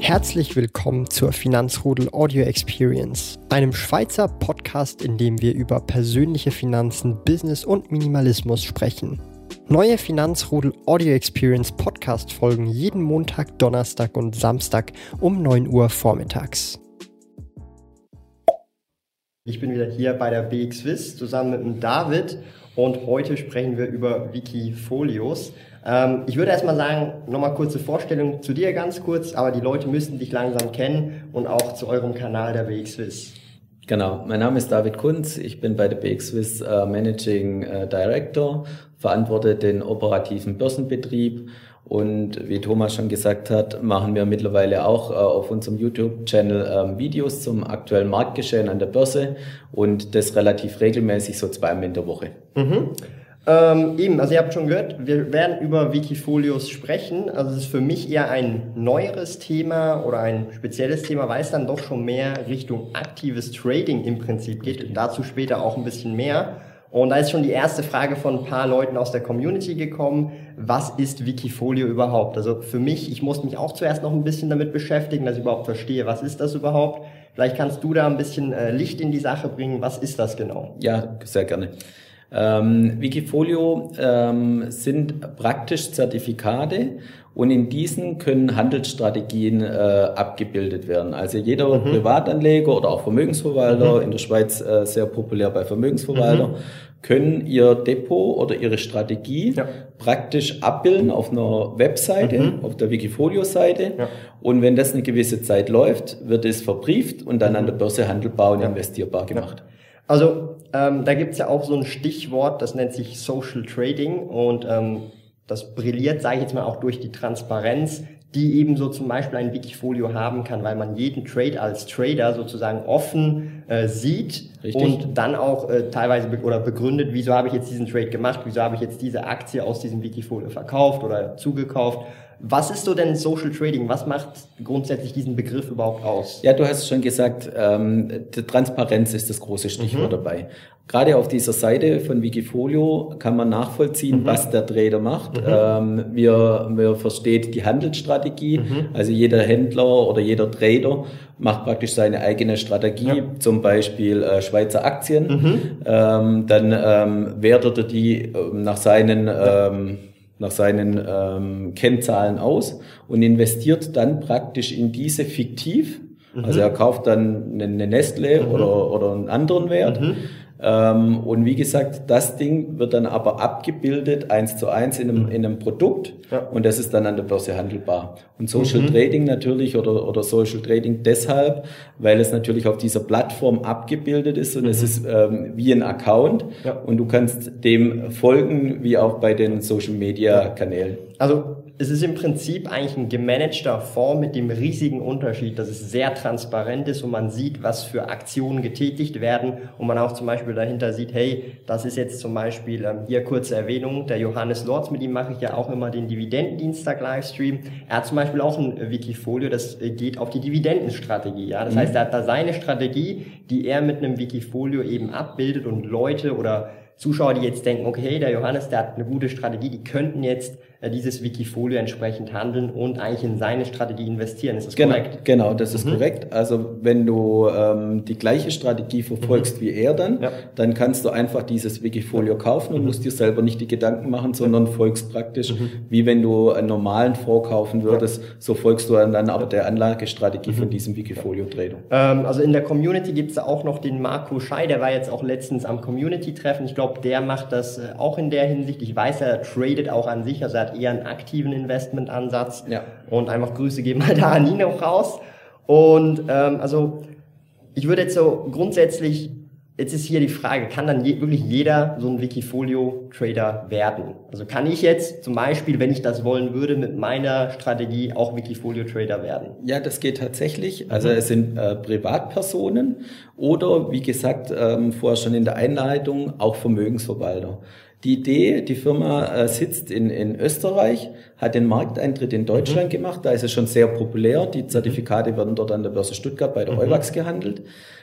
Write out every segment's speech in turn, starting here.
Herzlich willkommen zur Finanzrudel Audio Experience, einem Schweizer Podcast, in dem wir über persönliche Finanzen, Business und Minimalismus sprechen. Neue Finanzrudel Audio Experience Podcast folgen jeden Montag, Donnerstag und Samstag um 9 Uhr vormittags. Ich bin wieder hier bei der BXWIS zusammen mit dem David und heute sprechen wir über Wikifolios. Ich würde erstmal sagen, nochmal kurze Vorstellung zu dir ganz kurz, aber die Leute müssten dich langsam kennen und auch zu eurem Kanal der BXWIS. Genau, mein Name ist David Kunz, ich bin bei der BXWIS Managing Director, verantworte den operativen Börsenbetrieb und wie Thomas schon gesagt hat, machen wir mittlerweile auch auf unserem YouTube-Channel Videos zum aktuellen Marktgeschehen an der Börse und das relativ regelmäßig, so 2-mal in der Woche. Also ihr habt schon gehört, wir werden über Wikifolios sprechen. Also es ist für mich eher ein neueres Thema oder ein spezielles Thema, weil es dann doch schon mehr Richtung aktives Trading im Prinzip geht. Und dazu später auch ein bisschen mehr. Und da ist schon die erste Frage von ein paar Leuten aus der Community gekommen. Was ist Wikifolio überhaupt? Also für mich, ich muss mich auch zuerst noch ein bisschen damit beschäftigen, dass ich überhaupt verstehe, was ist das überhaupt? Vielleicht kannst du da ein bisschen Licht in die Sache bringen. Was ist das genau? Ja, sehr gerne. Wikifolio sind praktisch Zertifikate und in diesen können Handelsstrategien abgebildet werden. Also jeder Privatanleger oder auch Vermögensverwalter, in der Schweiz sehr populär bei Vermögensverwalter, können ihr Depot oder ihre Strategie praktisch abbilden auf einer Webseite, auf der Wikifolio-Seite. Ja. Und wenn das eine gewisse Zeit läuft, wird es verbrieft und dann an der Börse handelbar und investierbar gemacht. Ja. Also da gibt's ja auch so ein Stichwort, das nennt sich Social Trading und das brilliert, sage ich jetzt mal, auch durch die Transparenz, die eben so zum Beispiel ein Wikifolio haben kann, weil man jeden Trade als Trader sozusagen offen sieht. Richtig. Und dann auch teilweise begründet, wieso habe ich jetzt diesen Trade gemacht, wieso habe ich jetzt diese Aktie aus diesem Wikifolio verkauft oder zugekauft. Was ist so denn Social Trading? Was macht grundsätzlich diesen Begriff überhaupt aus? Ja, du hast schon gesagt, die Transparenz ist das große Stichwort dabei. Gerade auf dieser Seite von Wikifolio kann man nachvollziehen, was der Trader macht. Wir versteht die Handelsstrategie. Also jeder Händler oder jeder Trader macht praktisch seine eigene Strategie, zum Beispiel Schweizer Aktien. Dann wertet er die nach seinen Kennzahlen aus und investiert dann praktisch in diese fiktiv. Also er kauft dann eine Nestle oder einen anderen Wert. Und wie gesagt, das Ding wird dann aber abgebildet 1:1 in einem Produkt und das ist dann an der Börse handelbar. Und Social Trading natürlich oder Social Trading deshalb, weil es natürlich auf dieser Plattform abgebildet ist und es ist wie ein Account und du kannst dem folgen wie auch bei den Social Media Kanälen. Also es ist im Prinzip eigentlich ein gemanagter Fonds mit dem riesigen Unterschied, dass es sehr transparent ist und man sieht, was für Aktionen getätigt werden und man auch zum Beispiel dahinter sieht, hey, das ist jetzt zum Beispiel, hier kurze Erwähnung, der Johannes Lorz, mit ihm mache ich ja auch immer den Dividendendienstag-Livestream. Er hat zum Beispiel auch ein Wikifolio, das geht auf die Dividendenstrategie. Ja? Das heißt, er hat da seine Strategie, die er mit einem Wikifolio eben abbildet und Leute oder Zuschauer, die jetzt denken, okay, der Johannes, der hat eine gute Strategie, die könnten jetzt dieses Wikifolio entsprechend handeln und eigentlich in seine Strategie investieren. Ist das korrekt? Genau, das ist korrekt. Also wenn du die gleiche Strategie verfolgst wie er dann kannst du einfach dieses Wikifolio kaufen und musst dir selber nicht die Gedanken machen, sondern folgst praktisch, wie wenn du einen normalen Fonds kaufen würdest, so folgst du dann aber der Anlagestrategie von diesem Wikifolio-Trader. Also in der Community gibt es auch noch den Marco Schei, der war jetzt auch letztens am Community-Treffen. Ich glaube, der macht das auch in der Hinsicht. Ich weiß, er tradet auch an sich, also er hat eher einen aktiven Investmentansatz. Ja. Und einfach Grüße geben mal da an ihn auch raus. Und also ich würde jetzt so grundsätzlich, jetzt ist hier die Frage, kann dann wirklich jeder so ein Wikifolio-Trader werden? Also kann ich jetzt zum Beispiel, wenn ich das wollen würde, mit meiner Strategie auch Wikifolio-Trader werden? Ja, das geht tatsächlich. Also es sind Privatpersonen oder wie gesagt, vorher schon in der Einleitung, auch Vermögensverwalter. Die Idee, die Firma sitzt in Österreich, hat den Markteintritt in Deutschland gemacht, da ist es schon sehr populär. Die Zertifikate werden dort an der Börse Stuttgart bei der Euwax gehandelt.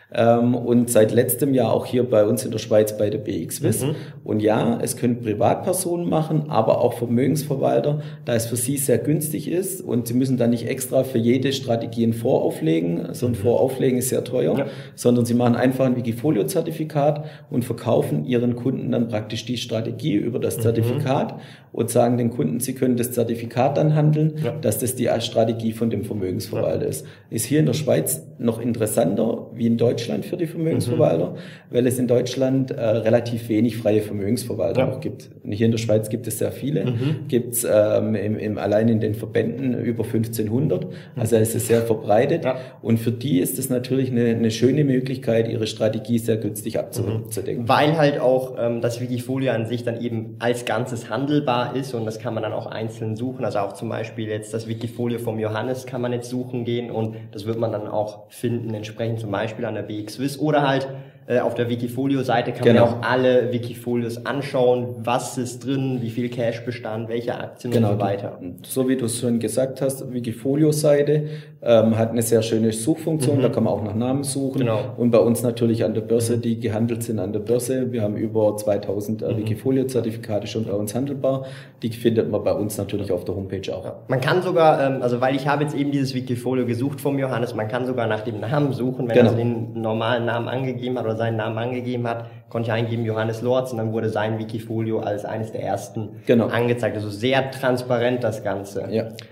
und seit letztem Jahr auch hier bei uns in der Schweiz bei der BXWIS. Und ja, es können Privatpersonen machen, aber auch Vermögensverwalter, da es für sie sehr günstig ist und sie müssen dann nicht extra für jede Strategie ein Fonds auflegen. So ein Fonds auflegen ist sehr teuer, sondern sie machen einfach ein Wikifolio-Zertifikat und verkaufen ihren Kunden dann praktisch die Strategie über das Zertifikat und sagen den Kunden, sie können das Zertifikat dann handeln, dass das die Strategie von dem Vermögensverwalter ist. Ist hier in der Schweiz noch interessanter wie in Deutschland für die Vermögensverwalter, weil es in Deutschland relativ wenig freie Vermögensverwalter noch gibt. Und hier in der Schweiz gibt es sehr viele, gibt es allein in den Verbänden über 1500, also es ist sehr verbreitet und für die ist es natürlich eine schöne Möglichkeit, ihre Strategie sehr günstig abzudecken. Weil halt auch das Wikifolio an sich dann eben als Ganzes handelbar ist und das kann man dann auch einzeln suchen, also auch zum Beispiel jetzt das Wikifolio vom Johannes kann man jetzt suchen gehen und das wird man dann auch finden, entsprechend zum Beispiel an der BXWIS oder halt auf der Wikifolio-Seite kann man ja auch alle Wikifolios anschauen, was ist drin, wie viel Cash-Bestand, welche Aktien und so weiter. So wie du es schon gesagt hast, Wikifolio-Seite hat eine sehr schöne Suchfunktion, da kann man auch nach Namen suchen. Und bei uns natürlich an der Börse, die gehandelt sind an der Börse. Wir haben über 2000 Wikifolio-Zertifikate schon bei uns handelbar. Die findet man bei uns natürlich auf der Homepage auch. Man kann sogar, also weil ich habe jetzt eben dieses Wikifolio gesucht vom Johannes, man kann sogar nach dem Namen suchen, wenn er den normalen Namen angegeben hat oder seinen Namen angegeben hat, konnte ich eingeben Johannes Lorz und dann wurde sein Wikifolio als eines der ersten angezeigt. Also sehr transparent das Ganze.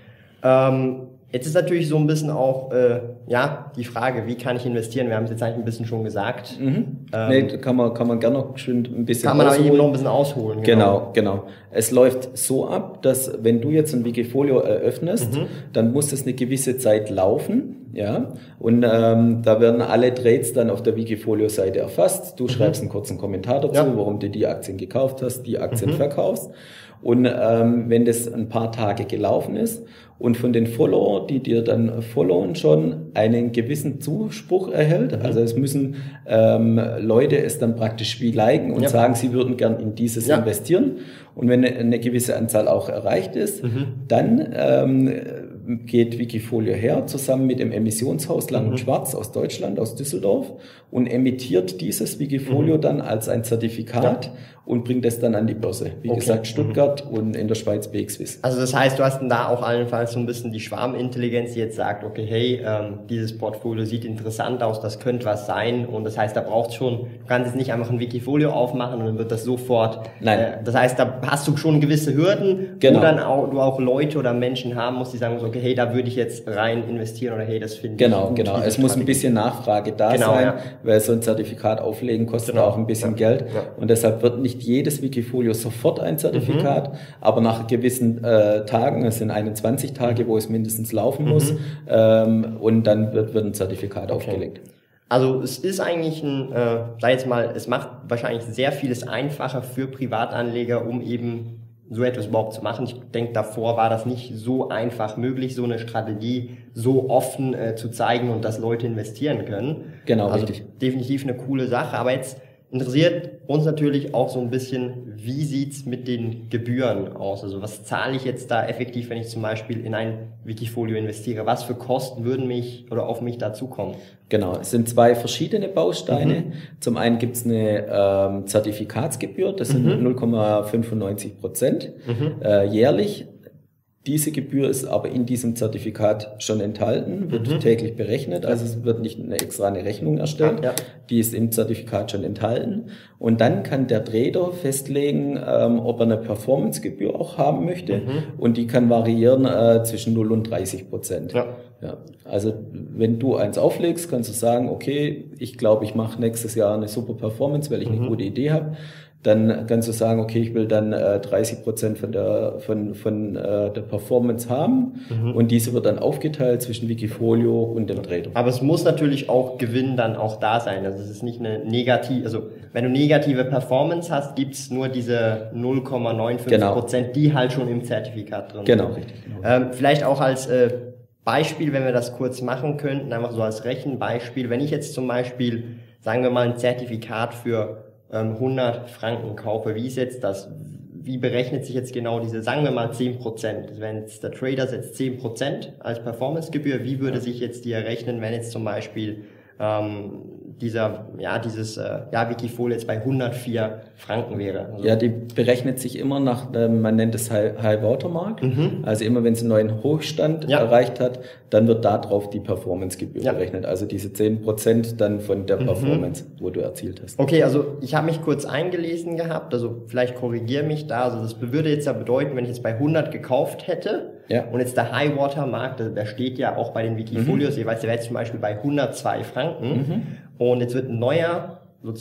Jetzt ist natürlich so ein bisschen auch die Frage, wie kann ich investieren? Wir haben es jetzt eigentlich ein bisschen schon gesagt. Kann man gerne noch schön ein bisschen kann man aber eben noch ein bisschen ausholen. Genau. Es läuft so ab, dass wenn du jetzt ein Wikifolio eröffnest, dann muss es eine gewisse Zeit laufen. Ja, und da werden alle Trades dann auf der Wikifolio-Seite erfasst. Du schreibst einen kurzen Kommentar dazu, warum du die Aktien gekauft hast, die Aktien verkaufst. Und wenn das ein paar Tage gelaufen ist und von den Follower, die dir dann followen, schon einen gewissen Zuspruch erhält, also es müssen Leute es dann praktisch wie liken und sagen, sie würden gern in dieses investieren. Und wenn eine gewisse Anzahl auch erreicht ist, dann geht Wikifolio her, zusammen mit dem Emissionshaus Lang und Schwarz aus Deutschland, aus Düsseldorf, und emittiert dieses Wikifolio dann als ein Zertifikat und bringt es dann an die Börse. Wie gesagt, Stuttgart und in der Schweiz BXWIS. Also das heißt, du hast dann da auch allenfalls so ein bisschen die Schwarmintelligenz, die jetzt sagt, okay, hey, dieses Portfolio sieht interessant aus, das könnte was sein. Und das heißt, da braucht schon, du kannst jetzt nicht einfach ein Wikifolio aufmachen und dann wird das sofort. Nein. Das heißt, da hast du schon gewisse Hürden, wo dann du auch Leute oder Menschen haben musst, die sagen, okay, hey, da würde ich jetzt rein investieren oder hey, das finde ich gut. Genau. Es muss ein bisschen Nachfrage da sein, weil so ein Zertifikat auflegen kostet auch ein bisschen Geld. Und deshalb wird nicht jedes Wikifolio sofort ein Zertifikat, aber nach gewissen Tagen, es sind 21 Tage, wo es mindestens laufen muss, und dann wird ein Zertifikat aufgelegt. Also es ist eigentlich es macht wahrscheinlich sehr vieles einfacher für Privatanleger, um eben so etwas überhaupt zu machen. Ich denke, davor war das nicht so einfach möglich, so eine Strategie so offen zu zeigen und dass Leute investieren können. Genau, also richtig. Definitiv eine coole Sache, aber jetzt interessiert uns natürlich auch so ein bisschen, wie sieht's mit den Gebühren aus? Also was zahle ich jetzt da effektiv, wenn ich zum Beispiel in ein Wikifolio investiere? Was für Kosten würden mich oder auf mich dazukommen? Genau, es sind zwei verschiedene Bausteine. Zum einen gibt's eine Zertifikatsgebühr, das sind 0,95% jährlich. Diese Gebühr ist aber in diesem Zertifikat schon enthalten, wird täglich berechnet, also es wird nicht extra eine Rechnung erstellt, die ist im Zertifikat schon enthalten. Und dann kann der Trader festlegen, ob er eine Performancegebühr auch haben möchte, und die kann variieren zwischen 0 und 30%. Ja, also wenn du eins auflegst, kannst du sagen, okay, ich glaube, ich mache nächstes Jahr eine super Performance, weil ich eine gute Idee habe. Dann kannst du sagen, okay, ich will dann 30% von der Performance haben, und diese wird dann aufgeteilt zwischen Wikifolio und dem Trader. Aber es muss natürlich auch Gewinn dann auch da sein. Also es ist nicht eine negative, also wenn du negative Performance hast, gibt's nur diese 0,95%, die halt schon im Zertifikat drin sind. Genau, richtig. Genau. Vielleicht auch als Beispiel, wenn wir das kurz machen könnten, einfach so als Rechenbeispiel, wenn ich jetzt zum Beispiel, sagen wir mal, ein Zertifikat für 100 Franken kaufe, wie ist jetzt das? Wie berechnet sich jetzt genau diese, sagen wir mal 10%? Wenn jetzt der Trader setzt 10% als Performancegebühr, wie würde sich jetzt die errechnen, wenn jetzt zum Beispiel dieses Wikifolio jetzt bei 104 Franken wäre. Also ja, die berechnet sich immer nach, man nennt es High Watermark. Also immer wenn es einen neuen Hochstand erreicht hat, dann wird darauf die Performancegebühr berechnet. Also diese 10% dann von der Performance, wo du erzielt hast. Okay, also ich habe mich kurz eingelesen gehabt, also vielleicht korrigiere mich da. Also das würde jetzt ja bedeuten, wenn ich jetzt bei 100 gekauft hätte und jetzt der High Watermark, der steht ja auch bei den Wikifolios, jeweils der wäre jetzt zum Beispiel bei 102 Franken und jetzt wird ein neuer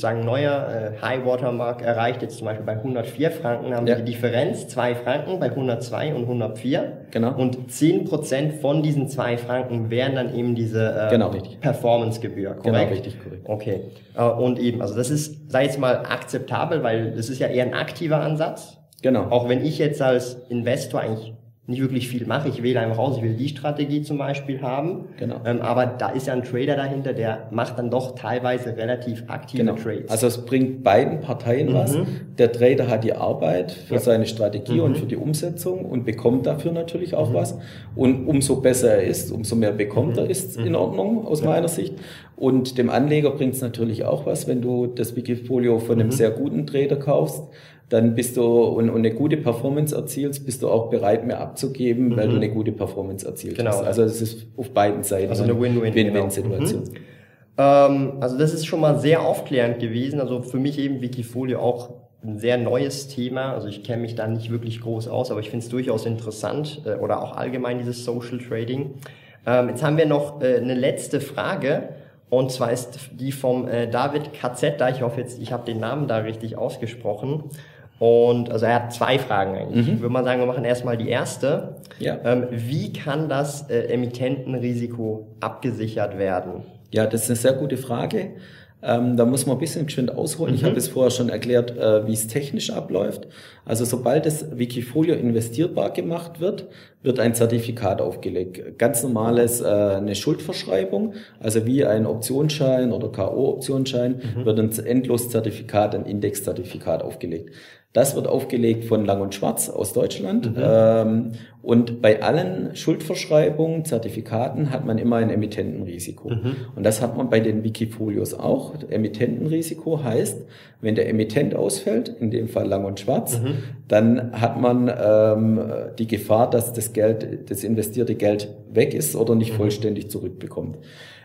High Watermark erreicht, jetzt zum Beispiel bei 104 Franken, haben wir die Differenz, 2 Franken bei 102 und 104. Genau. Und 10% von diesen 2 Franken wären dann eben diese Performancegebühr, korrekt? Genau, richtig, korrekt. Okay. Und eben, also das ist, sag ich jetzt mal, akzeptabel, weil das ist ja eher ein aktiver Ansatz. Genau. Auch wenn ich jetzt als Investor eigentlich nicht wirklich viel mache. Ich wähle einfach aus, ich will die Strategie zum Beispiel haben. Genau. Aber da ist ja ein Trader dahinter, der macht dann doch teilweise relativ aktive Trades. Also es bringt beiden Parteien was. Der Trader hat die Arbeit für seine Strategie und für die Umsetzung und bekommt dafür natürlich auch was. Und umso besser er ist, umso mehr bekommt er, ist in Ordnung aus meiner Sicht. Und dem Anleger bringt es natürlich auch was, wenn du das Wikifolio von einem sehr guten Trader kaufst. Dann bist du und eine gute Performance erzielst, bist du auch bereit, mehr abzugeben, weil du eine gute Performance erzielt hast. Also es ist auf beiden Seiten eine Win-Win-Situation. Also das ist schon mal sehr aufklärend gewesen. Also für mich eben Wikifolio auch ein sehr neues Thema. Also ich kenne mich da nicht wirklich groß aus, aber ich finde es durchaus interessant oder auch allgemein dieses Social Trading. Jetzt haben wir noch eine letzte Frage. Und zwar ist die vom David Katzetta. Ich hoffe jetzt, ich habe den Namen da richtig ausgesprochen. Und also er hat 2 Fragen eigentlich. Ich würde mal sagen, wir machen erstmal die erste. Ja. Wie kann das Emittentenrisiko abgesichert werden? Ja, das ist eine sehr gute Frage. Da muss man ein bisschen geschwind ausholen. Ich habe es vorher schon erklärt, wie es technisch abläuft. Also sobald das Wikifolio investierbar gemacht wird, wird ein Zertifikat aufgelegt. Ganz normales eine Schuldverschreibung, also wie ein Optionsschein oder K.O.-Optionsschein, wird ein Endloszertifikat, ein Indexzertifikat aufgelegt. Das wird aufgelegt von Lang & Schwarz aus Deutschland. Und bei allen Schuldverschreibungen, Zertifikaten hat man immer ein Emittentenrisiko. Und das hat man bei den Wikifolios auch. Emittentenrisiko heißt, wenn der Emittent ausfällt, in dem Fall Lang & Schwarz, dann hat man die Gefahr, dass das investierte Geld weg ist oder nicht vollständig zurückbekommt.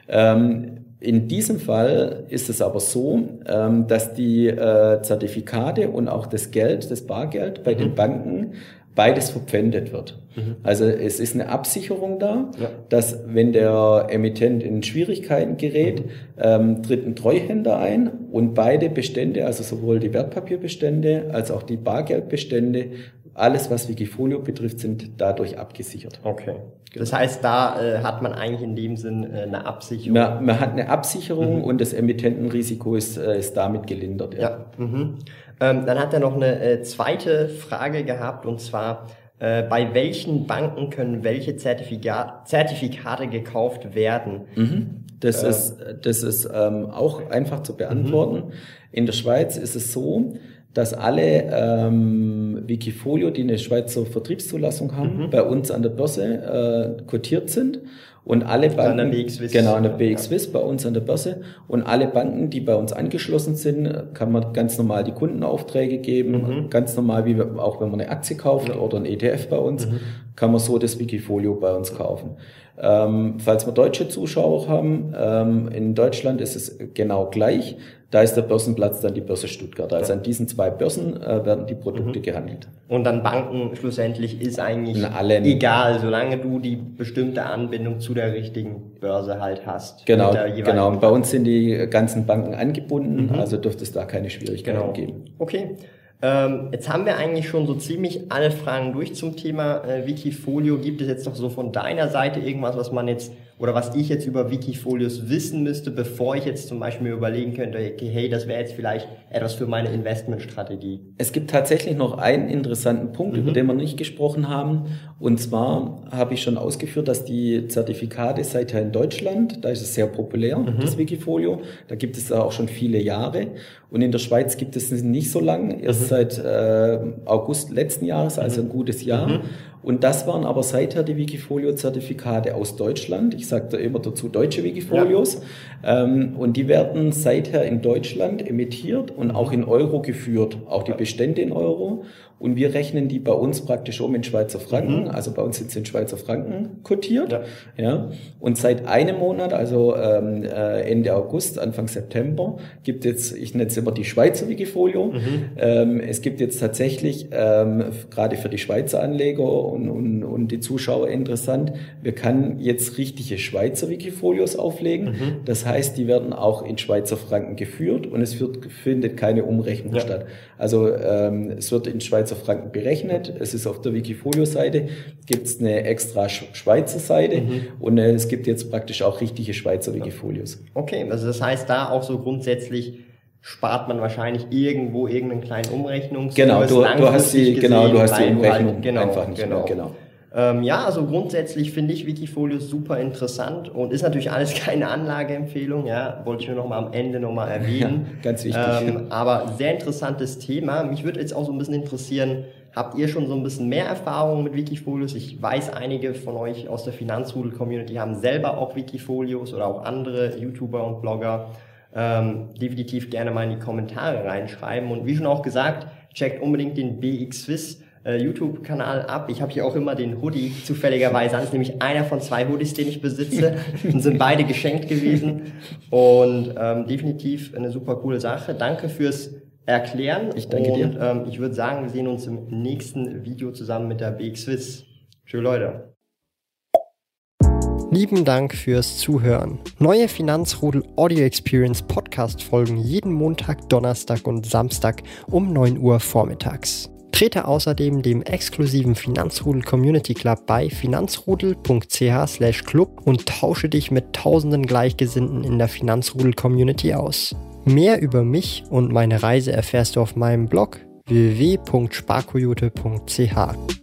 In diesem Fall ist es aber so, dass die Zertifikate und auch das Geld, das Bargeld bei den Banken beides verpfändet wird. Also es ist eine Absicherung da, dass wenn der Emittent in Schwierigkeiten gerät, tritt ein Treuhänder ein und beide Bestände, also sowohl die Wertpapierbestände als auch die Bargeldbestände, alles was Wikifolio betrifft, sind dadurch abgesichert. Okay. Das heißt, da hat man eigentlich in dem Sinn eine Absicherung. Man hat eine Absicherung und das Emittentenrisiko ist damit gelindert. Dann hat er noch eine zweite Frage gehabt, und zwar, bei welchen Banken können welche Zertifikate gekauft werden? Das ist auch einfach zu beantworten. In der Schweiz ist es so, dass alle Wikifolio, die eine Schweizer Vertriebszulassung haben, bei uns an der Börse kotiert sind. Und alle Banken, an der BXWIS. Genau, an der BXWIS bei uns an der Börse. Und alle Banken, die bei uns angeschlossen sind, kann man ganz normal die Kundenaufträge geben. Ganz normal, wie auch wenn man eine Aktie kauft oder ein ETF bei uns, kann man so das Wikifolio bei uns kaufen. Falls wir deutsche Zuschauer haben, in Deutschland ist es genau gleich. Da ist der Börsenplatz dann die Börse Stuttgart. Also an diesen 2 Börsen werden die Produkte gehandelt. Und dann Banken schlussendlich ist eigentlich egal, solange du die bestimmte Anbindung zu der richtigen Börse halt hast. Genau. Und bei uns sind die ganzen Banken angebunden, also dürfte es da keine Schwierigkeiten geben. Okay. Jetzt haben wir eigentlich schon so ziemlich alle Fragen durch zum Thema Wikifolio. Gibt es jetzt noch so von deiner Seite irgendwas, was man jetzt oder was ich jetzt über Wikifolios wissen müsste, bevor ich jetzt zum Beispiel mir überlegen könnte, okay, hey, das wäre jetzt vielleicht etwas für meine Investmentstrategie? Es gibt tatsächlich noch einen interessanten Punkt, über den wir nicht gesprochen haben. Und zwar habe ich schon ausgeführt, dass die Zertifikate seither in Deutschland, da ist es sehr populär, das Wikifolio, da gibt es auch schon viele Jahre. Und in der Schweiz gibt es nicht so lang, erst seit August letzten Jahres, also ein gutes Jahr. Und das waren aber seither die Wikifolio-Zertifikate aus Deutschland. Ich sage da immer dazu deutsche Wikifolios. Ja. Und die werden seither in Deutschland emittiert und auch in Euro geführt, auch die Bestände in Euro. Und wir rechnen die bei uns praktisch in Schweizer Franken. Also bei uns sind sie in Schweizer Franken kotiert. Ja. Und seit einem Monat, also Ende August, Anfang September, gibt jetzt, ich nenne es immer die Schweizer Wikifolio. Es gibt jetzt tatsächlich, gerade für die Schweizer Anleger und die Zuschauer interessant, wir können jetzt richtige Schweizer Wikifolios auflegen. Das heißt, die werden auch in Schweizer Franken geführt und es findet keine Umrechnung statt. Also es wird in Schweizer Franken berechnet. Es ist auf der Wikifolio-Seite, gibt es eine extra Schweizer Seite und es gibt jetzt praktisch auch richtige Schweizer Wikifolios. Okay, also das heißt, da auch so grundsätzlich spart man wahrscheinlich irgendwo irgendeinen kleinen Umrechnungskurs. Genau, du hast die Umrechnung einfach nicht mehr. Genau. Ja, also grundsätzlich finde ich Wikifolios super interessant und ist natürlich alles keine Anlageempfehlung, ja, wollte ich nur noch mal am Ende noch mal erwähnen. Ja, ganz wichtig. Aber sehr interessantes Thema. Mich würde jetzt auch so ein bisschen interessieren, habt ihr schon so ein bisschen mehr Erfahrung mit Wikifolios? Ich weiß, einige von euch aus der Finanzrudel-Community haben selber auch Wikifolios oder auch andere YouTuber und Blogger. Definitiv gerne mal in die Kommentare reinschreiben und wie schon auch gesagt, checkt unbedingt den BXSwiss YouTube-Kanal ab. Ich habe hier auch immer den Hoodie zufälligerweise an. Das ist nämlich einer von 2 Hoodies, den ich besitze. Und sind beide geschenkt gewesen. Und definitiv eine super coole Sache. Danke fürs Erklären. Ich danke dir. Und ich würde sagen, wir sehen uns im nächsten Video zusammen mit der BXSwiss. Tschö Leute. Lieben Dank fürs Zuhören. Neue Finanzrudel Audio Experience Podcast folgen jeden Montag, Donnerstag und Samstag um 9 Uhr vormittags. Trete außerdem dem exklusiven Finanzrudel Community Club bei finanzrudel.ch/club und tausche dich mit tausenden Gleichgesinnten in der Finanzrudel Community aus. Mehr über mich und meine Reise erfährst du auf meinem Blog www.sparkoyote.ch.